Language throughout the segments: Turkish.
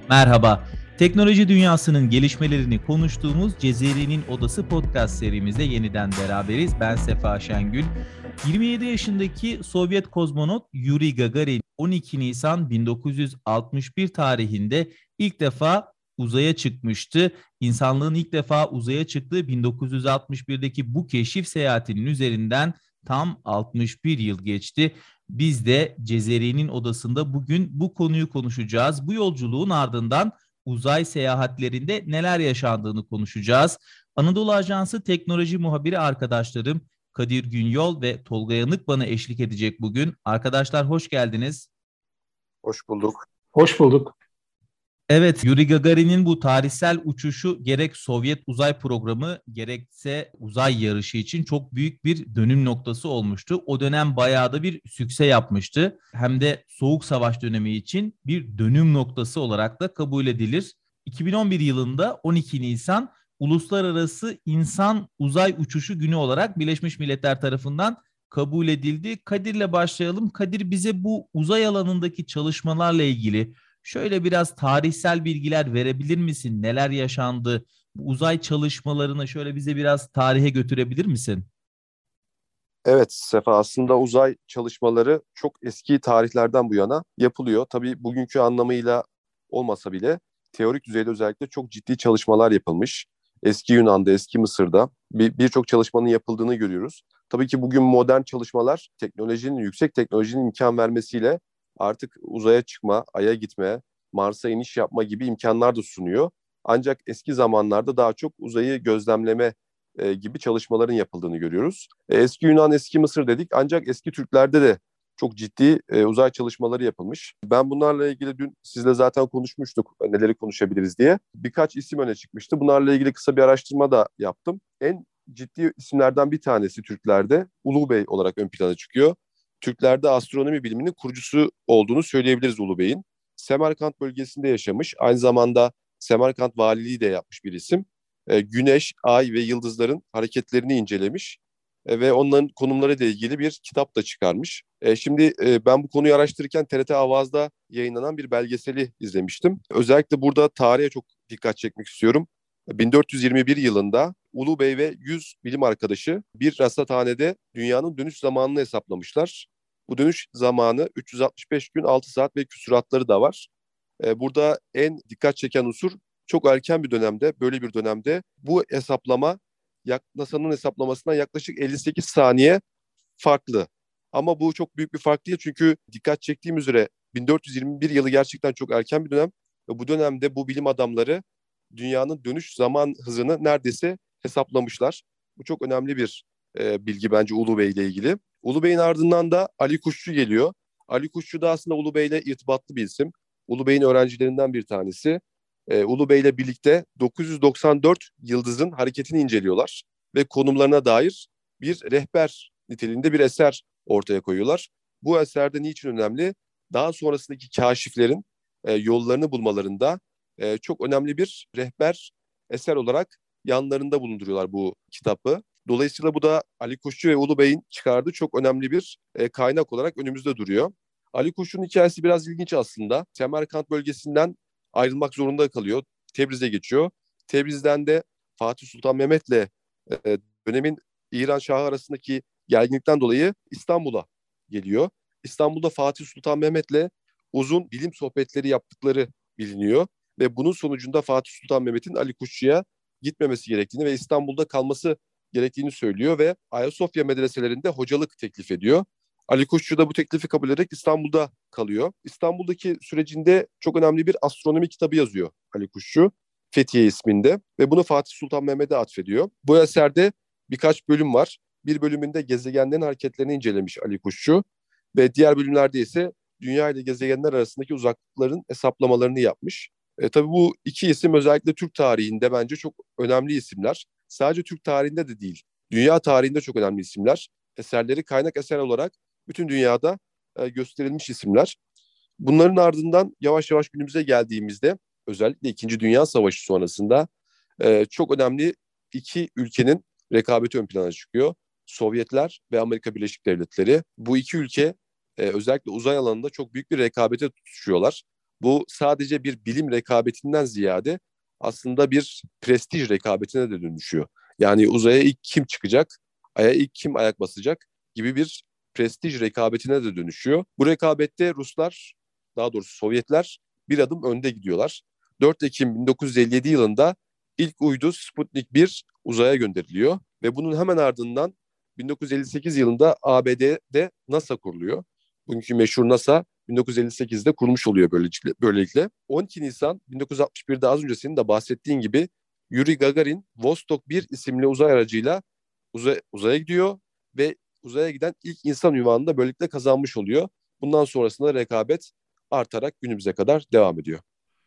Merhaba. Teknoloji dünyasının gelişmelerini konuştuğumuz Cezeri'nin Odası podcast serimizde yeniden beraberiz. Ben Sefa Şengül. 27 yaşındaki Sovyet kozmonot Yuri Gagarin 12 Nisan 1961 tarihinde ilk defa uzaya çıkmıştı. İnsanlığın ilk defa uzaya çıktığı 1961'deki bu keşif seyahatinin üzerinden tam 61 yıl geçti. Biz de Cezeri'nin odasında bugün bu konuyu konuşacağız. Bu yolculuğun ardından uzay seyahatlerinde neler yaşandığını konuşacağız. Anadolu Ajansı teknoloji muhabiri arkadaşlarım Kadir Günyol ve Tolga Yanık bana eşlik edecek bugün. Arkadaşlar hoş geldiniz. Hoş bulduk. Hoş bulduk. Evet, Yuri Gagarin'in bu tarihsel uçuşu gerek Sovyet uzay programı gerekse uzay yarışı için çok büyük bir dönüm noktası olmuştu. O dönem bayağı da bir sükse yapmıştı. Hem de Soğuk Savaş dönemi için bir dönüm noktası olarak da kabul edilir. 2011 yılında 12 Nisan Uluslararası İnsan Uzay Uçuşu Günü olarak Birleşmiş Milletler tarafından kabul edildi. Kadir'le başlayalım. Kadir bize bu uzay alanındaki çalışmalarla ilgili şöyle biraz tarihsel bilgiler verebilir misin? Neler yaşandı? Bu uzay çalışmalarını şöyle bize biraz tarihe götürebilir misin? Evet Sefa, aslında uzay çalışmaları çok eski tarihlerden bu yana yapılıyor. Tabii bugünkü anlamıyla olmasa bile teorik düzeyde özellikle çok ciddi çalışmalar yapılmış. Eski Yunan'da, eski Mısır'da birçok çalışmanın yapıldığını görüyoruz. Tabii ki bugün modern çalışmalar yüksek teknolojinin imkan vermesiyle artık uzaya çıkma, Ay'a gitme, Mars'a iniş yapma gibi imkanlar da sunuyor. Ancak eski zamanlarda daha çok uzayı gözlemleme gibi çalışmaların yapıldığını görüyoruz. Eski Yunan, eski Mısır dedik ancak eski Türklerde de çok ciddi uzay çalışmaları yapılmış. Ben bunlarla ilgili dün sizle zaten konuşmuştuk neleri konuşabiliriz diye. Birkaç isim öne çıkmıştı. Bunlarla ilgili kısa bir araştırma da yaptım. En ciddi isimlerden bir tanesi Türklerde Ulubey olarak ön plana çıkıyor. Türklerde astronomi biliminin kurucusu olduğunu söyleyebiliriz Ulubey'in. Semerkant bölgesinde yaşamış. Aynı zamanda Semerkant valiliği de yapmış bir isim. Güneş, ay ve yıldızların hareketlerini incelemiş ve onların konumları ile ilgili bir kitap da çıkarmış. Şimdi ben bu konuyu araştırırken TRT Avaz'da yayınlanan bir belgeseli izlemiştim. Özellikle burada tarihe çok dikkat çekmek istiyorum. 1421 yılında Ulu Bey ve 100 bilim arkadaşı bir rasathanede dünyanın dönüş zamanını hesaplamışlar. Bu dönüş zamanı 365 gün 6 saat ve küsuratları da var. Burada en dikkat çeken unsur çok erken bir dönemde, böyle bir dönemde bu hesaplama NASA'nın hesaplamasından yaklaşık 58 saniye farklı. Ama bu çok büyük bir fark değil çünkü dikkat çektiğim üzere 1421 yılı gerçekten çok erken bir dönem ve bu dönemde bu bilim adamları dünyanın dönüş zaman hızını neredeyse hesaplamışlar. Bu çok önemli bir bilgi bence Ulu Bey ile ilgili. Ulu Bey'in ardından da Ali Kuşçu geliyor. Ali Kuşçu da aslında Ulu Bey ile irtibatlı bir isim. Ulu Bey'in öğrencilerinden bir tanesi. Ulu Bey ile birlikte 994 yıldızın hareketini inceliyorlar ve konumlarına dair bir rehber niteliğinde bir eser ortaya koyuyorlar. Bu eserde niçin önemli? Daha sonrasındaki kaşiflerin yollarını bulmalarında çok önemli bir rehber eser olarak yanlarında bulunduruyorlar bu kitabı. Dolayısıyla bu da Ali Kuşçu ve Ulu Bey'in çıkardığı çok önemli bir kaynak olarak önümüzde duruyor. Ali Kuşçu'nun hikayesi biraz ilginç aslında. Semerkant bölgesinden ayrılmak zorunda kalıyor. Tebriz'e geçiyor. Tebriz'den de Fatih Sultan Mehmet'le dönemin İran Şahı arasındaki gerginlikten dolayı İstanbul'a geliyor. İstanbul'da Fatih Sultan Mehmet'le uzun bilim sohbetleri yaptıkları biliniyor ve bunun sonucunda Fatih Sultan Mehmet'in Ali Kuşçu'ya gitmemesi gerektiğini ve İstanbul'da kalması gerektiğini söylüyor ve Ayasofya medreselerinde hocalık teklif ediyor. Ali Kuşçu da bu teklifi kabul ederek İstanbul'da kalıyor. İstanbul'daki sürecinde çok önemli bir astronomi kitabı yazıyor Ali Kuşçu. Fethiye isminde ve bunu Fatih Sultan Mehmet'e atfediyor. Bu eserde birkaç bölüm var. Bir bölümünde gezegenlerin hareketlerini incelemiş Ali Kuşçu ve diğer bölümlerde ise Dünya ile gezegenler arasındaki uzaklıkların hesaplamalarını yapmış. Tabii bu iki isim özellikle Türk tarihinde bence çok önemli isimler. Sadece Türk tarihinde de değil, dünya tarihinde çok önemli isimler. Eserleri kaynak eser olarak bütün dünyada gösterilmiş isimler. Bunların ardından yavaş yavaş günümüze geldiğimizde özellikle İkinci Dünya Savaşı sonrasında çok önemli iki ülkenin rekabeti ön plana çıkıyor. Sovyetler ve Amerika Birleşik Devletleri. Bu iki ülke özellikle uzay alanında çok büyük bir rekabete tutuşuyorlar. Bu sadece bir bilim rekabetinden ziyade aslında bir prestij rekabetine de dönüşüyor. Yani uzaya ilk kim çıkacak, aya ilk kim ayak basacak gibi bir prestij rekabetine de dönüşüyor. Bu rekabette Ruslar, daha doğrusu Sovyetler bir adım önde gidiyorlar. 4 Ekim 1957 yılında ilk uydu Sputnik 1 uzaya gönderiliyor ve bunun hemen ardından 1958 yılında ABD'de NASA kuruluyor. Bugünkü meşhur NASA 1958'de kurmuş oluyor böylelikle. 12 Nisan 1961'de az önce senin de bahsettiğin gibi Yuri Gagarin Vostok 1 isimli uzay aracıyla uzaya gidiyor ve uzaya giden ilk insan ünvanını da böylelikle kazanmış oluyor. Bundan sonrasında rekabet artarak günümüze kadar devam ediyor.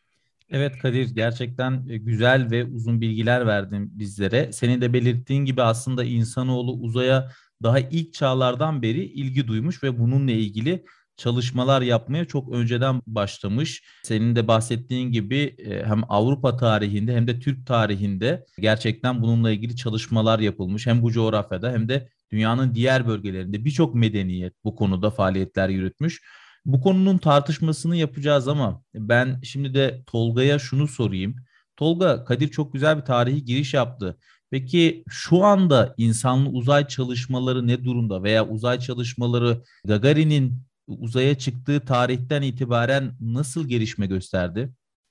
Evet Kadir, gerçekten güzel ve uzun bilgiler verdin bizlere. Senin de belirttiğin gibi aslında insanoğlu uzaya daha ilk çağlardan beri ilgi duymuş ve bununla ilgili çalışmalar yapmaya çok önceden başlamış. Senin de bahsettiğin gibi hem Avrupa tarihinde hem de Türk tarihinde gerçekten bununla ilgili çalışmalar yapılmış. Hem bu coğrafyada hem de dünyanın diğer bölgelerinde birçok medeniyet bu konuda faaliyetler yürütmüş. Bu konunun tartışmasını yapacağız ama ben şimdi de Tolga'ya şunu sorayım. Tolga, Kadir çok güzel bir tarihi giriş yaptı. Peki şu anda insanlı uzay çalışmaları ne durumda veya uzay çalışmaları Gagarin'in uzaya çıktığı tarihten itibaren nasıl gelişme gösterdi?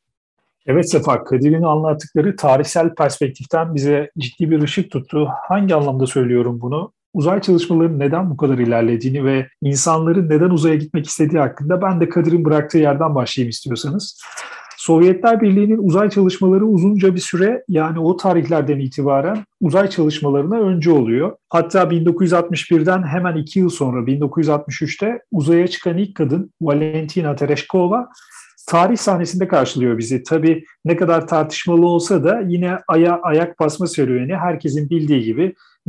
Evet Sefa, Kadir'in anlattıkları tarihsel perspektiften bize ciddi bir ışık tuttu. Hangi anlamda söylüyorum bunu? Uzay çalışmalarının neden bu kadar ilerlediğini ve insanların neden uzaya gitmek istediği hakkında ben de Kadir'in bıraktığı yerden başlayayım istiyorsanız. Sovyetler Birliği'nin uzay çalışmaları uzunca bir süre, yani o tarihlerden itibaren uzay çalışmalarına öncü oluyor. Hatta 1961'den hemen 2 yıl sonra 1963'te uzaya çıkan ilk kadın Valentina Tereshkova tarih sahnesinde karşılıyor bizi. Tabii ne kadar tartışmalı olsa da yine Ay'a ayak basma serüveni herkesin bildiği gibi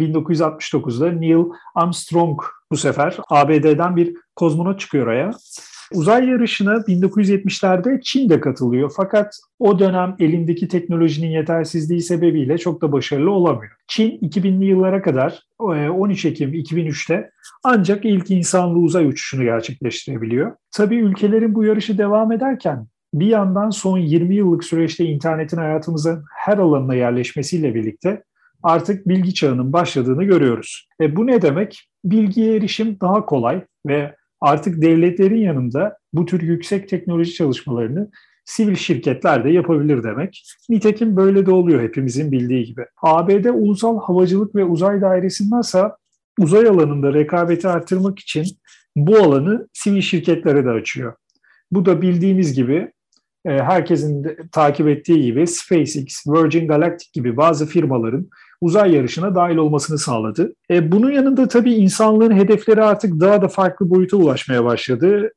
1969'da Neil Armstrong bu sefer ABD'den bir kozmonot çıkıyor Ay'a. Uzay yarışına 1970'lerde Çin de katılıyor. Fakat o dönem elindeki teknolojinin yetersizliği sebebiyle çok da başarılı olamıyor. Çin 2000'li yıllara kadar 13 Ekim 2003'te ancak ilk insanlı uzay uçuşunu gerçekleştirebiliyor. Tabii ülkelerin bu yarışı devam ederken bir yandan son 20 yıllık süreçte internetin hayatımızın her alanına yerleşmesiyle birlikte artık bilgi çağının başladığını görüyoruz. Bu ne demek? Bilgiye erişim daha kolay ve artık devletlerin yanında bu tür yüksek teknoloji çalışmalarını sivil şirketler de yapabilir demek. Nitekim böyle de oluyor hepimizin bildiği gibi. ABD Ulusal Havacılık ve Uzay Dairesi NASA uzay alanında rekabeti artırmak için bu alanı sivil şirketlere de açıyor. Bu da bildiğimiz gibi herkesin de takip ettiği gibi SpaceX, Virgin Galactic gibi bazı firmaların uzay yarışına dahil olmasını sağladı. Bunun yanında tabii insanlığın hedefleri artık daha da farklı boyuta ulaşmaya başladı.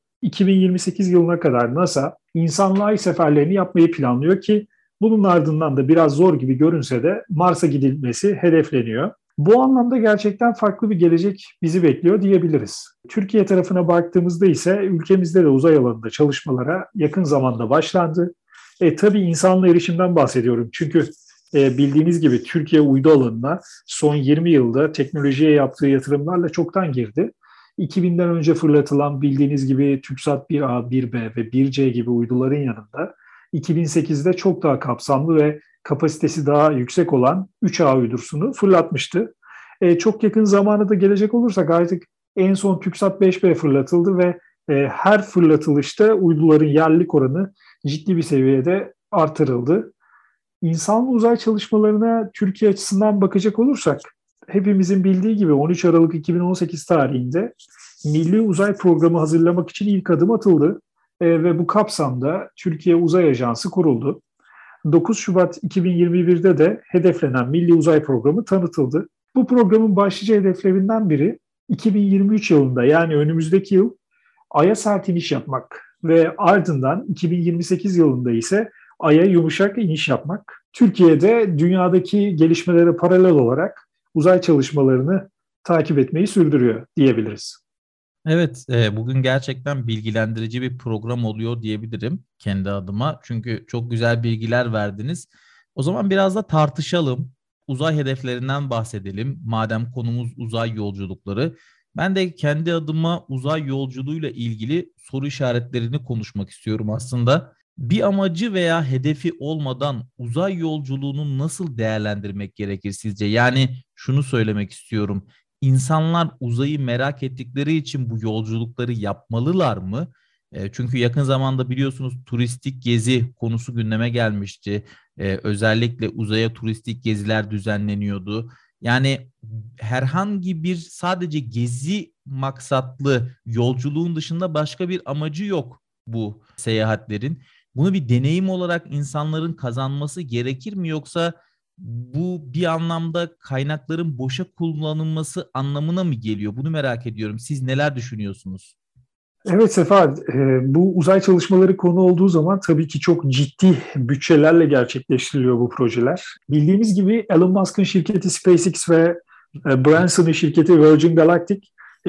2028 yılına kadar NASA insanlı ay seferlerini yapmayı planlıyor ki bunun ardından da biraz zor gibi görünse de Mars'a gidilmesi hedefleniyor. Bu anlamda gerçekten farklı bir gelecek bizi bekliyor diyebiliriz. Türkiye tarafına baktığımızda ise ülkemizde de uzay alanında çalışmalara yakın zamanda başlandı. Tabii insanla erişimden bahsediyorum. Çünkü bildiğiniz gibi Türkiye uydu alanına son 20 yılda teknolojiye yaptığı yatırımlarla çoktan girdi. 2000'den önce fırlatılan bildiğiniz gibi TürkSat 1A, 1B ve 1C gibi uyduların yanında 2008'de çok daha kapsamlı ve kapasitesi daha yüksek olan 3A uydusunu fırlatmıştı. Çok yakın zamana da gelecek olursak artık en son TürkSat 5B fırlatıldı ve her fırlatılışta uyduların yerlilik oranı ciddi bir seviyede artırıldı. İnsanlı uzay çalışmalarına Türkiye açısından bakacak olursak, hepimizin bildiği gibi 13 Aralık 2018 tarihinde Milli Uzay Programı hazırlamak için ilk adım atıldı ve bu kapsamda Türkiye Uzay Ajansı kuruldu. 9 Şubat 2021'de de hedeflenen Milli Uzay Programı tanıtıldı. Bu programın başlıca hedeflerinden biri 2023 yılında, yani önümüzdeki yıl Ay'a sert iniş yapmak ve ardından 2028 yılında ise Ay'a yumuşak iniş yapmak. Türkiye'de dünyadaki gelişmelere paralel olarak uzay çalışmalarını takip etmeyi sürdürüyor diyebiliriz. Evet, bugün gerçekten bilgilendirici bir program oluyor diyebilirim kendi adıma. Çünkü çok güzel bilgiler verdiniz. O zaman biraz da tartışalım. Uzay hedeflerinden bahsedelim. Madem konumuz uzay yolculukları. Ben de kendi adıma uzay yolculuğuyla ilgili soru işaretlerini konuşmak istiyorum aslında. Bir amacı veya hedefi olmadan uzay yolculuğunu nasıl değerlendirmek gerekir sizce? Yani şunu söylemek istiyorum. İnsanlar uzayı merak ettikleri için bu yolculukları yapmalılar mı? Çünkü yakın zamanda biliyorsunuz turistik gezi konusu gündeme gelmişti. Özellikle uzaya turistik geziler düzenleniyordu. Yani herhangi bir sadece gezi maksatlı yolculuğun dışında başka bir amacı yok bu seyahatlerin. Bunu bir deneyim olarak insanların kazanması gerekir mi, yoksa bu bir anlamda kaynakların boşa kullanılması anlamına mı geliyor? Bunu merak ediyorum. Siz neler düşünüyorsunuz? Evet Sefa, bu uzay çalışmaları konu olduğu zaman tabii ki çok ciddi bütçelerle gerçekleştiriliyor bu projeler. Bildiğimiz gibi Elon Musk'ın şirketi SpaceX ve Branson'ın şirketi Virgin Galactic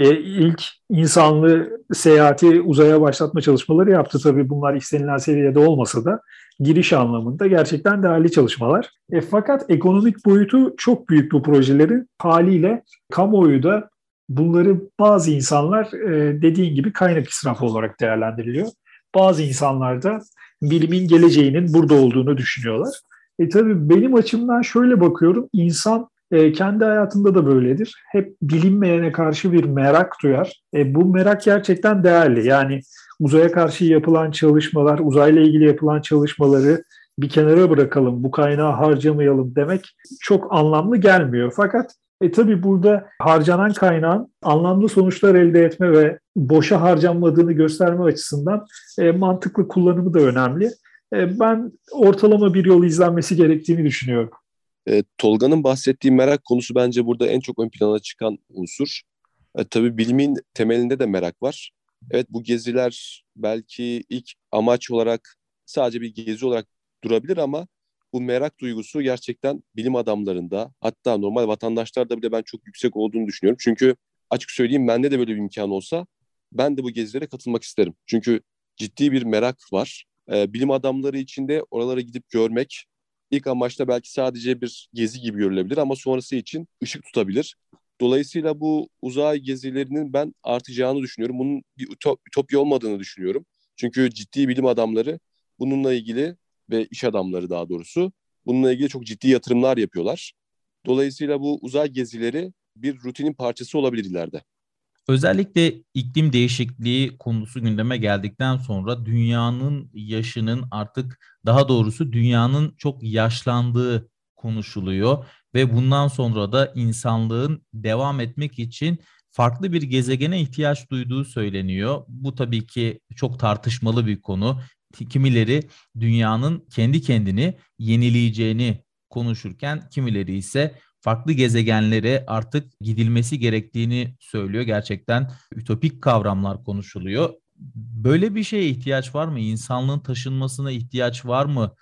ilk insanlı seyahati uzaya başlatma çalışmaları yaptı. Tabii bunlar istenilen seviyede olmasa da giriş anlamında gerçekten değerli çalışmalar. Fakat ekonomik boyutu çok büyük bu projelerin, haliyle kamuoyu da bunları bazı insanlar dediğin gibi kaynak israfı olarak değerlendiriliyor. Bazı insanlar da bilimin geleceğinin burada olduğunu düşünüyorlar. Tabii benim açımdan şöyle bakıyorum. İnsan kendi hayatında da böyledir. Hep bilinmeyene karşı bir merak duyar. Bu merak gerçekten değerli. Yani uzaya karşı yapılan çalışmalar, uzayla ilgili yapılan çalışmaları bir kenara bırakalım, bu kaynağı harcamayalım demek çok anlamlı gelmiyor. Fakat tabii burada harcanan kaynağın anlamlı sonuçlar elde etme ve boşa harcanmadığını gösterme açısından mantıklı kullanımı da önemli. Ben ortalama bir yol izlenmesi gerektiğini düşünüyorum. Tolga'nın bahsettiği merak konusu bence burada en çok ön plana çıkan unsur. Tabii bilimin temelinde de merak var. Evet, bu geziler belki ilk amaç olarak sadece bir gezi olarak durabilir ama bu merak duygusu gerçekten bilim adamlarında, hatta normal vatandaşlarda bile ben çok yüksek olduğunu düşünüyorum. Çünkü açık söyleyeyim, bende de böyle bir imkan olsa ben de bu gezilere katılmak isterim. Çünkü ciddi bir merak var. Bilim adamları için de oralara gidip görmek ilk amaçta belki sadece bir gezi gibi görülebilir ama sonrası için ışık tutabilir. Dolayısıyla bu uzay gezilerinin ben artacağını düşünüyorum. Bunun bir ütopya olmadığını düşünüyorum. Çünkü ciddi bilim adamları bununla ilgili ve iş adamları daha doğrusu bununla ilgili çok ciddi yatırımlar yapıyorlar. Dolayısıyla bu uzay gezileri bir rutinin parçası olabilir ileride. Özellikle iklim değişikliği konusu gündeme geldikten sonra dünyanın yaşının, artık daha doğrusu dünyanın çok yaşlandığı konuşuluyor ve bundan sonra da insanlığın devam etmek için farklı bir gezegene ihtiyaç duyduğu söyleniyor. Bu tabii ki çok tartışmalı bir konu. Kimileri dünyanın kendi kendini yenileyeceğini konuşurken kimileri ise farklı gezegenlere artık gidilmesi gerektiğini söylüyor. Gerçekten ütopik kavramlar konuşuluyor. Böyle bir şeye ihtiyaç var mı? İnsanlığın taşınmasına ihtiyaç var mı?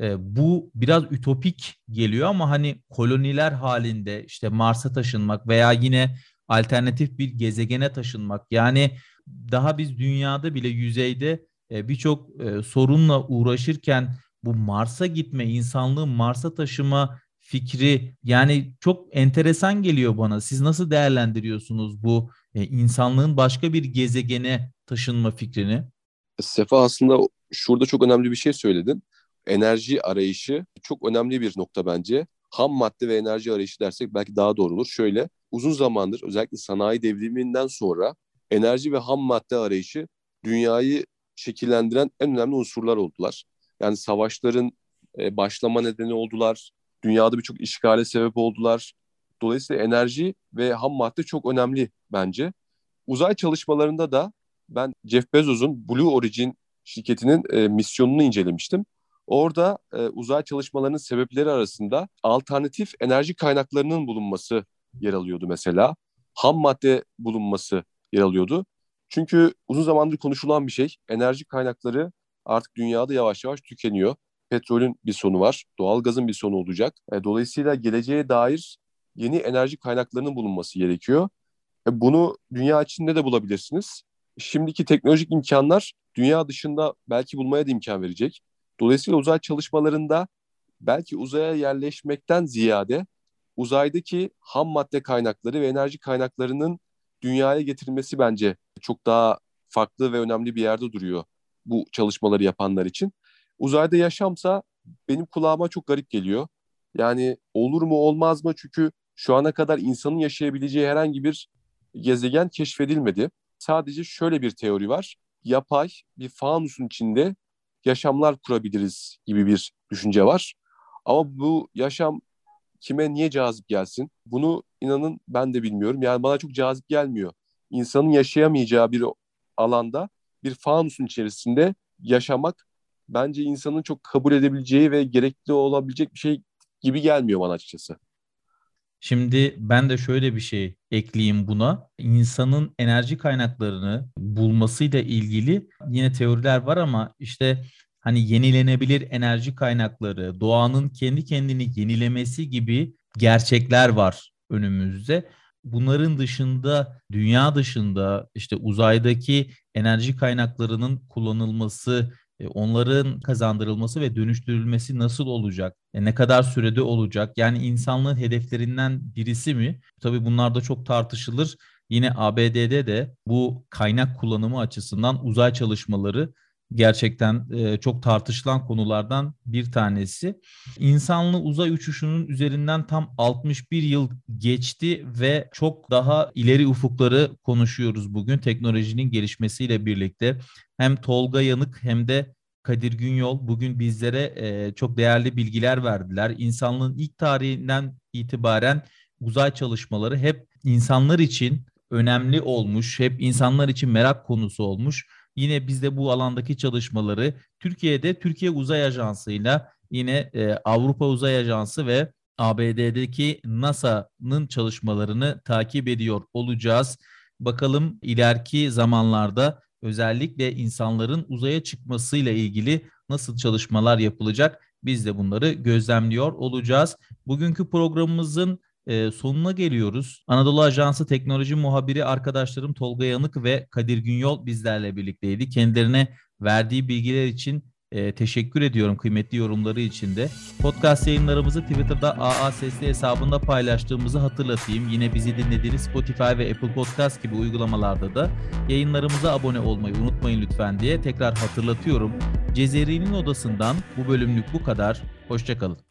Bu biraz ütopik geliyor ama hani koloniler halinde işte Mars'a taşınmak veya yine alternatif bir gezegene taşınmak. Yani daha biz dünyada bile yüzeyde birçok sorunla uğraşırken bu Mars'a gitme, insanlığı Mars'a taşıma fikri yani çok enteresan geliyor bana. Siz nasıl değerlendiriyorsunuz bu insanlığın başka bir gezegene taşınma fikrini? Sefa, aslında şurada çok önemli bir şey söyledin. Enerji arayışı çok önemli bir nokta bence. Ham madde ve enerji arayışı dersek belki daha doğru olur. Şöyle, uzun zamandır özellikle sanayi devriminden sonra enerji ve ham madde arayışı dünyayı şekillendiren en önemli unsurlar oldular. Yani savaşların başlama nedeni oldular. Dünyada birçok işgale sebep oldular. Dolayısıyla enerji ve ham madde çok önemli bence. Uzay çalışmalarında da ben Jeff Bezos'un Blue Origin şirketinin misyonunu incelemiştim. Orada uzay çalışmalarının sebepleri arasında alternatif enerji kaynaklarının bulunması yer alıyordu mesela. Ham madde bulunması yer alıyordu. Çünkü uzun zamandır konuşulan bir şey. Enerji kaynakları artık dünyada yavaş yavaş tükeniyor. Petrolün bir sonu var, doğalgazın bir sonu olacak. Dolayısıyla geleceğe dair yeni enerji kaynaklarının bulunması gerekiyor. Bunu dünya içinde de bulabilirsiniz. Şimdiki teknolojik imkanlar dünya dışında belki bulmaya da imkan verecek. Dolayısıyla uzay çalışmalarında belki uzaya yerleşmekten ziyade uzaydaki ham madde kaynakları ve enerji kaynaklarının dünyaya getirilmesi bence çok daha farklı ve önemli bir yerde duruyor bu çalışmaları yapanlar için. Uzayda yaşamsa benim kulağıma çok garip geliyor. Yani olur mu olmaz mı? Çünkü şu ana kadar insanın yaşayabileceği herhangi bir gezegen keşfedilmedi. Sadece şöyle bir teori var. Yapay bir fanusun içinde yaşamlar kurabiliriz gibi bir düşünce var. Ama bu yaşam kime niye cazip gelsin? Bunu inanın ben de bilmiyorum. Yani bana çok cazip gelmiyor. İnsanın yaşayamayacağı bir alanda bir fanusun içerisinde yaşamak bence insanın çok kabul edebileceği ve gerekli olabilecek bir şey gibi gelmiyor bana açıkçası. Şimdi ben de şöyle bir şey ekleyeyim buna. İnsanın enerji kaynaklarını bulmasıyla ilgili yine teoriler var ama işte hani yenilenebilir enerji kaynakları, doğanın kendi kendini yenilemesi gibi gerçekler var önümüzde. Bunların dışında, dünya dışında işte uzaydaki enerji kaynaklarının kullanılması, onların kazandırılması ve dönüştürülmesi nasıl olacak? Ne kadar sürede olacak? Yani insanlığın hedeflerinden birisi mi? Tabii bunlar da çok tartışılır. Yine ABD'de de bu kaynak kullanımı açısından uzay çalışmaları gerçekten çok tartışılan konulardan bir tanesi. İnsanlı uzay uçuşunun üzerinden tam 61 yıl geçti ve çok daha ileri ufukları konuşuyoruz bugün teknolojinin gelişmesiyle birlikte. Hem Tolga Yanık hem de Kadir Günyol bugün bizlere çok değerli bilgiler verdiler. İnsanlığın ilk tarihinden itibaren uzay çalışmaları hep insanlar için önemli olmuş, hep insanlar için merak konusu olmuş. Yine biz de bu alandaki çalışmaları Türkiye'de Türkiye Uzay Ajansı'yla yine Avrupa Uzay Ajansı ve ABD'deki NASA'nın çalışmalarını takip ediyor olacağız. Bakalım ileriki zamanlarda özellikle insanların uzaya çıkmasıyla ilgili nasıl çalışmalar yapılacak? Biz de bunları gözlemliyor olacağız. Bugünkü programımızın sonuna geliyoruz. Anadolu Ajansı Teknoloji Muhabiri arkadaşlarım Tolga Yanık ve Kadir Günyol bizlerle birlikteydi. Kendilerine verdiği bilgiler için teşekkür ediyorum, kıymetli yorumları için de. Podcast yayınlarımızı Twitter'da AA Sesli hesabında paylaştığımızı hatırlatayım. Yine bizi dinlediğiniz Spotify ve Apple Podcast gibi uygulamalarda da yayınlarımıza abone olmayı unutmayın lütfen diye tekrar hatırlatıyorum. Cezeri'nin odasından bu bölümlük bu kadar. Hoşça kalın.